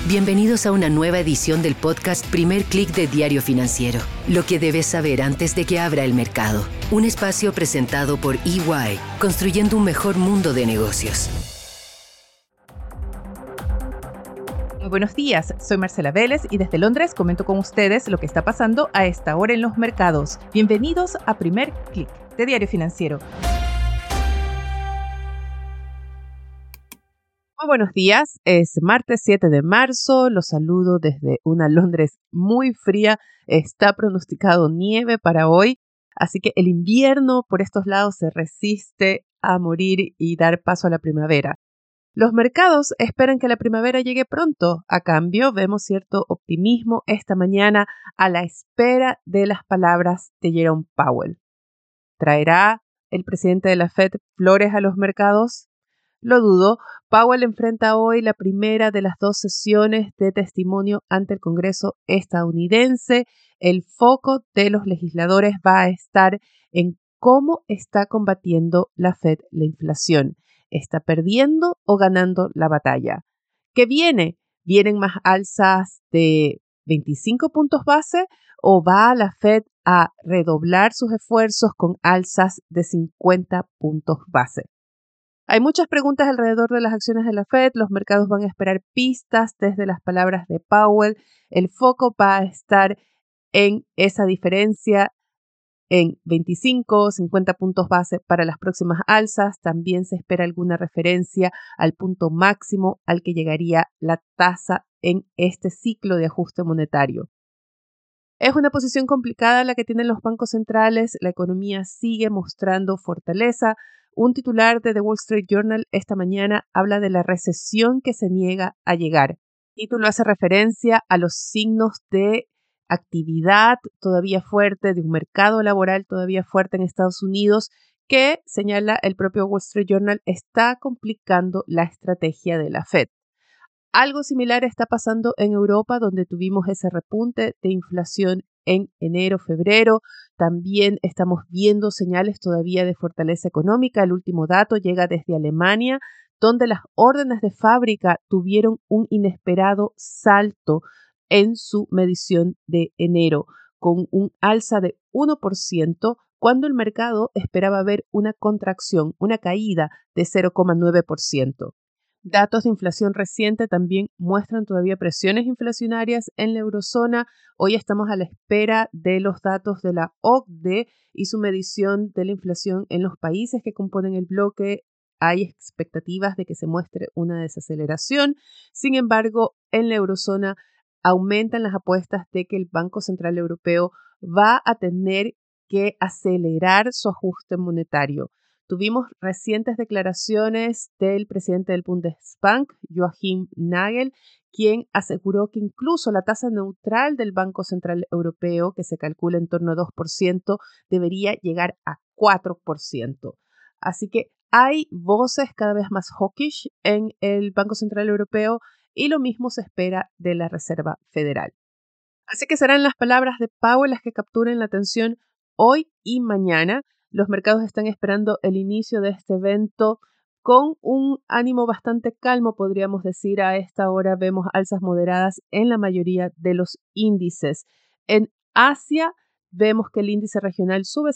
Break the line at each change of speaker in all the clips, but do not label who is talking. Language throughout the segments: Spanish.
Bienvenidos a una nueva edición del podcast Primer Click de Diario Financiero. Lo que debes saber antes de que abra el mercado. Un espacio presentado por EY, construyendo un mejor mundo de negocios.
Muy buenos días, soy Marcela Vélez y desde Londres comento con ustedes lo que está pasando a esta hora en los mercados. Bienvenidos a Primer Click de Diario Financiero. Muy buenos días, es martes 7 de marzo, los saludo desde una Londres muy fría, está pronosticado nieve para hoy, así que el invierno por estos lados se resiste a morir y dar paso a la primavera. Los mercados esperan que la primavera llegue pronto, a cambio vemos cierto optimismo esta mañana a la espera de las palabras de Jerome Powell. ¿Traerá el presidente de la Fed flores a los mercados? Lo dudo. Powell enfrenta hoy la primera de las dos sesiones de testimonio ante el Congreso estadounidense. El foco de los legisladores va a estar en cómo está combatiendo la Fed la inflación. ¿Está perdiendo o ganando la batalla? ¿Qué viene? ¿Vienen más alzas de 25 puntos base o va la Fed a redoblar sus esfuerzos con alzas de 50 puntos base? Hay muchas preguntas alrededor de las acciones de la Fed. Los mercados van a esperar pistas desde las palabras de Powell. El foco va a estar en esa diferencia en 25 o 50 puntos base para las próximas alzas. También se espera alguna referencia al punto máximo al que llegaría la tasa en este ciclo de ajuste monetario. Es una posición complicada la que tienen los bancos centrales. La economía sigue mostrando fortaleza. Un titular de The Wall Street Journal esta mañana habla de la recesión que se niega a llegar. El título hace referencia a los signos de actividad todavía fuerte, de un mercado laboral todavía fuerte en Estados Unidos, que, señala el propio Wall Street Journal, está complicando la estrategia de la Fed. Algo similar está pasando en Europa, donde tuvimos ese repunte de inflación en enero, febrero. También estamos viendo señales todavía de fortaleza económica. El último dato llega desde Alemania, donde las órdenes de fábrica tuvieron un inesperado salto en su medición de enero, con un alza de 1%, cuando el mercado esperaba ver una contracción, una caída de 0,9%. Datos de inflación reciente también muestran todavía presiones inflacionarias en la eurozona. Hoy estamos a la espera de los datos de la OCDE y su medición de la inflación en los países que componen el bloque. Hay expectativas de que se muestre una desaceleración. Sin embargo, en la eurozona aumentan las apuestas de que el Banco Central Europeo va a tener que acelerar su ajuste monetario. Tuvimos recientes declaraciones del presidente del Bundesbank, Joachim Nagel, quien aseguró que incluso la tasa neutral del Banco Central Europeo, que se calcula en torno a 2%, debería llegar a 4%. Así que hay voces cada vez más hawkish en el Banco Central Europeo y lo mismo se espera de la Reserva Federal. Así que serán las palabras de Powell las que capturen la atención hoy y mañana. Los mercados están esperando el inicio de este evento con un ánimo bastante calmo, podríamos decir. A esta hora vemos alzas moderadas en la mayoría de los índices. En Asia vemos que el índice regional sube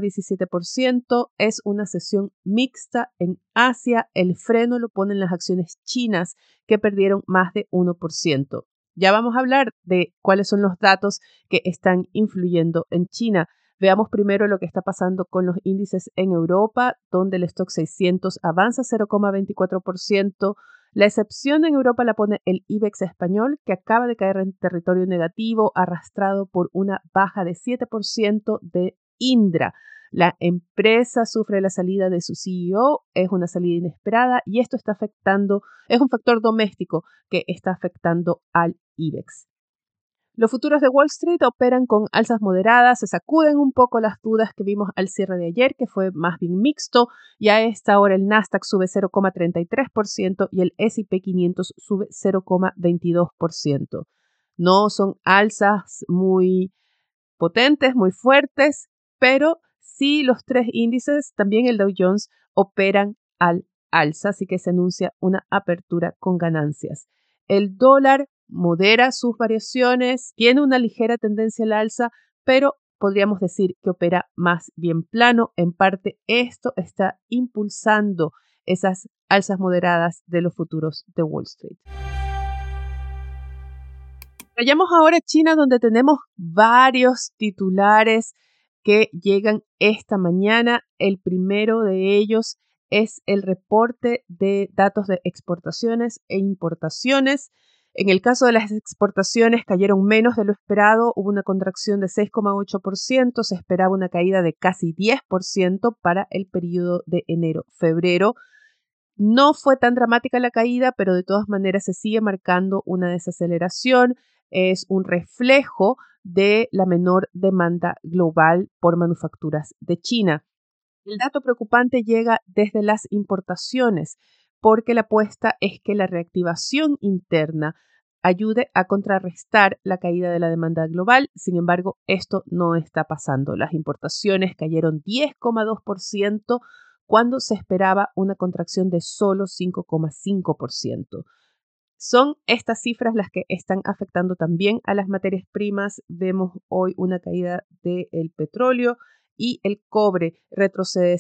0,17%. Es una sesión mixta en Asia. El freno lo ponen las acciones chinas, que perdieron más de 1%. Ya vamos a hablar de cuáles son los datos que están influyendo en China. Veamos primero lo que está pasando con los índices en Europa, donde el Stoxx 600 avanza 0,24%. La excepción en Europa la pone el IBEX español, que acaba de caer en territorio negativo, arrastrado por una baja de 7% de Indra. La empresa sufre la salida de su CEO, es una salida inesperada y esto está afectando, es un factor doméstico que está afectando al IBEX. Los futuros de Wall Street operan con alzas moderadas, se sacuden un poco las dudas que vimos al cierre de ayer, que fue más bien mixto, y a esta hora el Nasdaq sube 0,33% y el S&P 500 sube 0,22%. No son alzas muy potentes, muy fuertes, pero sí los tres índices, también el Dow Jones, operan al alza, así que se anuncia una apertura con ganancias. El dólar modera sus variaciones, tiene una ligera tendencia al alza, pero podríamos decir que opera más bien plano. En parte, esto está impulsando esas alzas moderadas de los futuros de Wall Street. Vayamos ahora a China, donde tenemos varios titulares que llegan esta mañana. El primero de ellos es el reporte de datos de exportaciones e importaciones. En el caso de las exportaciones cayeron menos de lo esperado, hubo una contracción de 6,8%, se esperaba una caída de casi 10% para el periodo de enero-febrero. No fue tan dramática la caída, pero de todas maneras se sigue marcando una desaceleración. Es un reflejo de la menor demanda global por manufacturas de China. El dato preocupante llega desde las importaciones, porque la apuesta es que la reactivación interna ayude a contrarrestar la caída de la demanda global. Sin embargo, esto no está pasando. Las importaciones cayeron 10,2% cuando se esperaba una contracción de solo 5,5%. Son estas cifras las que están afectando también a las materias primas. Vemos hoy una caída del petróleo y el cobre retrocede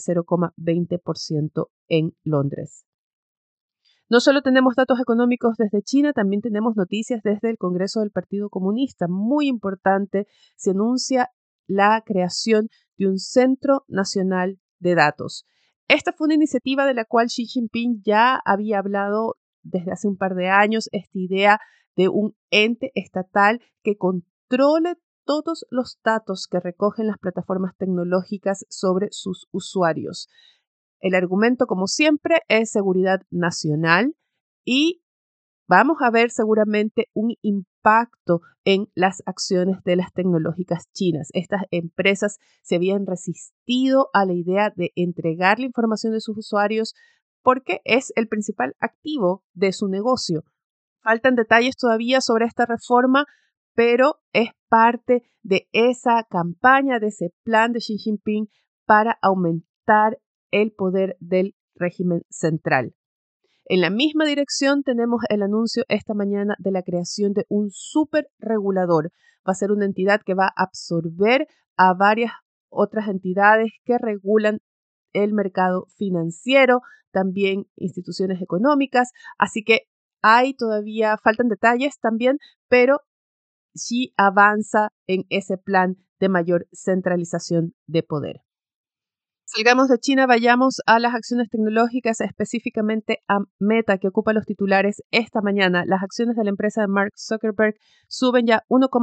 0,20% en Londres. No solo tenemos datos económicos desde China, también tenemos noticias desde el Congreso del Partido Comunista. Muy importante, se anuncia la creación de un Centro Nacional de Datos. Esta fue una iniciativa de la cual Xi Jinping ya había hablado desde hace un par de años, esta idea de un ente estatal que controle todos los datos que recogen las plataformas tecnológicas sobre sus usuarios. El argumento, como siempre, es seguridad nacional y vamos a ver seguramente un impacto en las acciones de las tecnológicas chinas. Estas empresas se habían resistido a la idea de entregar la información de sus usuarios porque es el principal activo de su negocio. Faltan detalles todavía sobre esta reforma, pero es parte de esa campaña, de ese plan de Xi Jinping para aumentar el poder del régimen central. En la misma dirección tenemos el anuncio esta mañana de la creación de un superregulador. Va a ser una entidad que va a absorber a varias otras entidades que regulan el mercado financiero, también instituciones económicas. Así que faltan detalles también, pero sí avanza en ese plan de mayor centralización de poder. Salgamos de China, vayamos a las acciones tecnológicas, específicamente a Meta, que ocupa los titulares esta mañana. Las acciones de la empresa de Mark Zuckerberg suben ya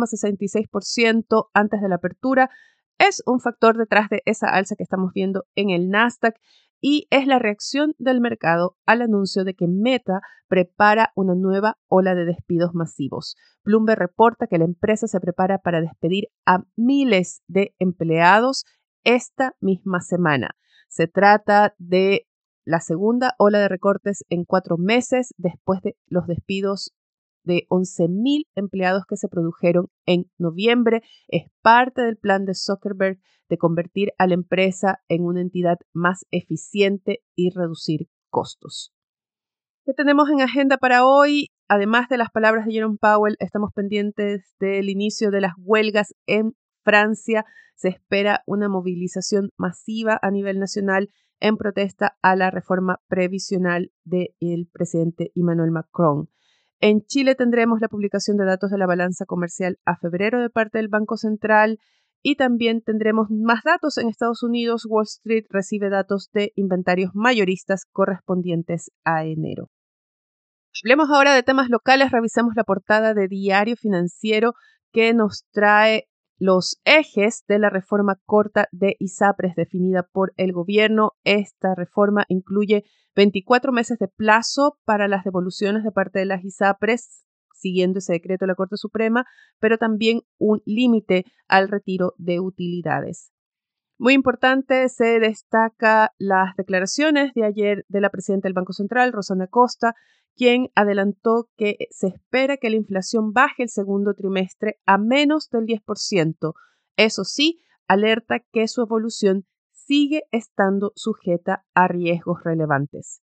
1,66% antes de la apertura. Es un factor detrás de esa alza que estamos viendo en el Nasdaq y es la reacción del mercado al anuncio de que Meta prepara una nueva ola de despidos masivos. Bloomberg reporta que la empresa se prepara para despedir a miles de empleados esta misma semana. Se trata de la segunda ola de recortes en 4 meses después de los despidos de 11,000 empleados que se produjeron en noviembre. Es parte del plan de Zuckerberg de convertir a la empresa en una entidad más eficiente y reducir costos. ¿Qué tenemos en agenda para hoy? Además de las palabras de Jerome Powell, estamos pendientes del inicio de las huelgas en Francia. Se espera una movilización masiva a nivel nacional en protesta a la reforma previsional del presidente Emmanuel Macron. En Chile tendremos la publicación de datos de la balanza comercial a febrero de parte del Banco Central y también tendremos más datos en Estados Unidos. Wall Street recibe datos de inventarios mayoristas correspondientes a enero. Hablemos ahora de temas locales. Revisemos la portada de Diario Financiero que nos trae los ejes de la reforma corta de ISAPRES definida por el gobierno. Esta reforma incluye 24 meses de plazo para las devoluciones de parte de las ISAPRES, siguiendo ese decreto de la Corte Suprema, pero también un límite al retiro de utilidades. Muy importante, se destaca las declaraciones de ayer de la presidenta del Banco Central, Rosana Acosta, quien adelantó que se espera que la inflación baje el segundo trimestre a menos del 10%. Eso sí, alerta que su evolución sigue estando sujeta a riesgos relevantes.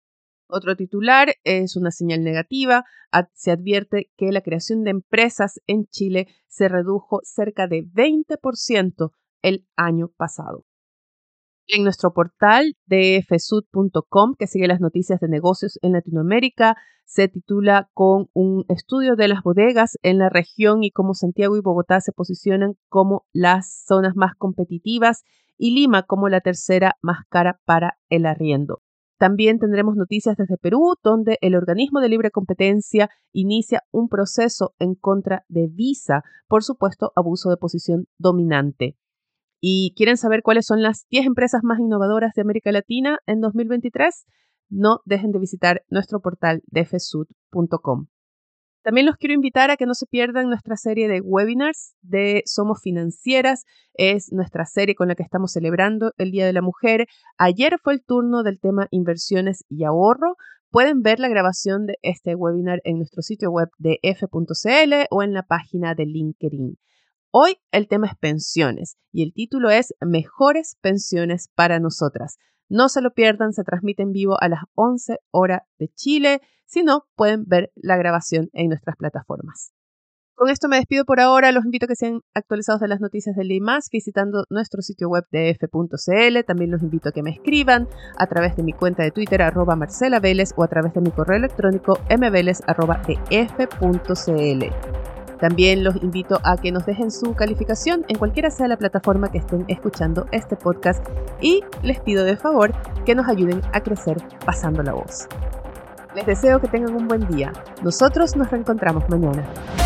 Otro titular es una señal negativa. Se advierte que la creación de empresas en Chile se redujo cerca de 20% el año pasado. En nuestro portal dfsud.com, que sigue las noticias de negocios en Latinoamérica, se titula con un estudio de las bodegas en la región y cómo Santiago y Bogotá se posicionan como las zonas más competitivas y Lima como la tercera más cara para el arriendo. También tendremos noticias desde Perú, donde el organismo de libre competencia inicia un proceso en contra de Visa por supuesto abuso de posición dominante. ¿Y quieren saber cuáles son las 10 empresas más innovadoras de América Latina en 2023? No dejen de visitar nuestro portal dfsud.com. También los quiero invitar a que no se pierdan nuestra serie de webinars de Somos Financieras. Es nuestra serie con la que estamos celebrando el Día de la Mujer. Ayer fue el turno del tema inversiones y ahorro. Pueden ver la grabación de este webinar en nuestro sitio web de f.cl o en la página de LinkedIn. Hoy el tema es pensiones y el título es Mejores pensiones para nosotras. No se lo pierdan, se transmite en vivo a las 11 horas de Chile. Si no, pueden ver la grabación en nuestras plataformas. Con esto me despido por ahora. Los invito a que sean actualizados de las noticias del IMAS visitando nuestro sitio web de f.cl. También los invito a que me escriban a través de mi cuenta de Twitter @MarcelaVélez o a través de mi correo electrónico mvelez@df.cl. También los invito a que nos dejen su calificación en cualquiera sea la plataforma que estén escuchando este podcast y les pido de favor que nos ayuden a crecer pasando la voz. Les deseo que tengan un buen día. Nosotros nos reencontramos mañana.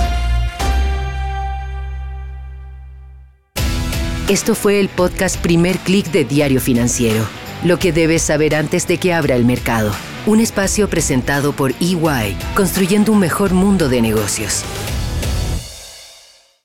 Esto fue el podcast Primer Click de Diario Financiero. Lo que debes saber antes de que abra el mercado. Un espacio presentado por EY, construyendo un mejor mundo de negocios.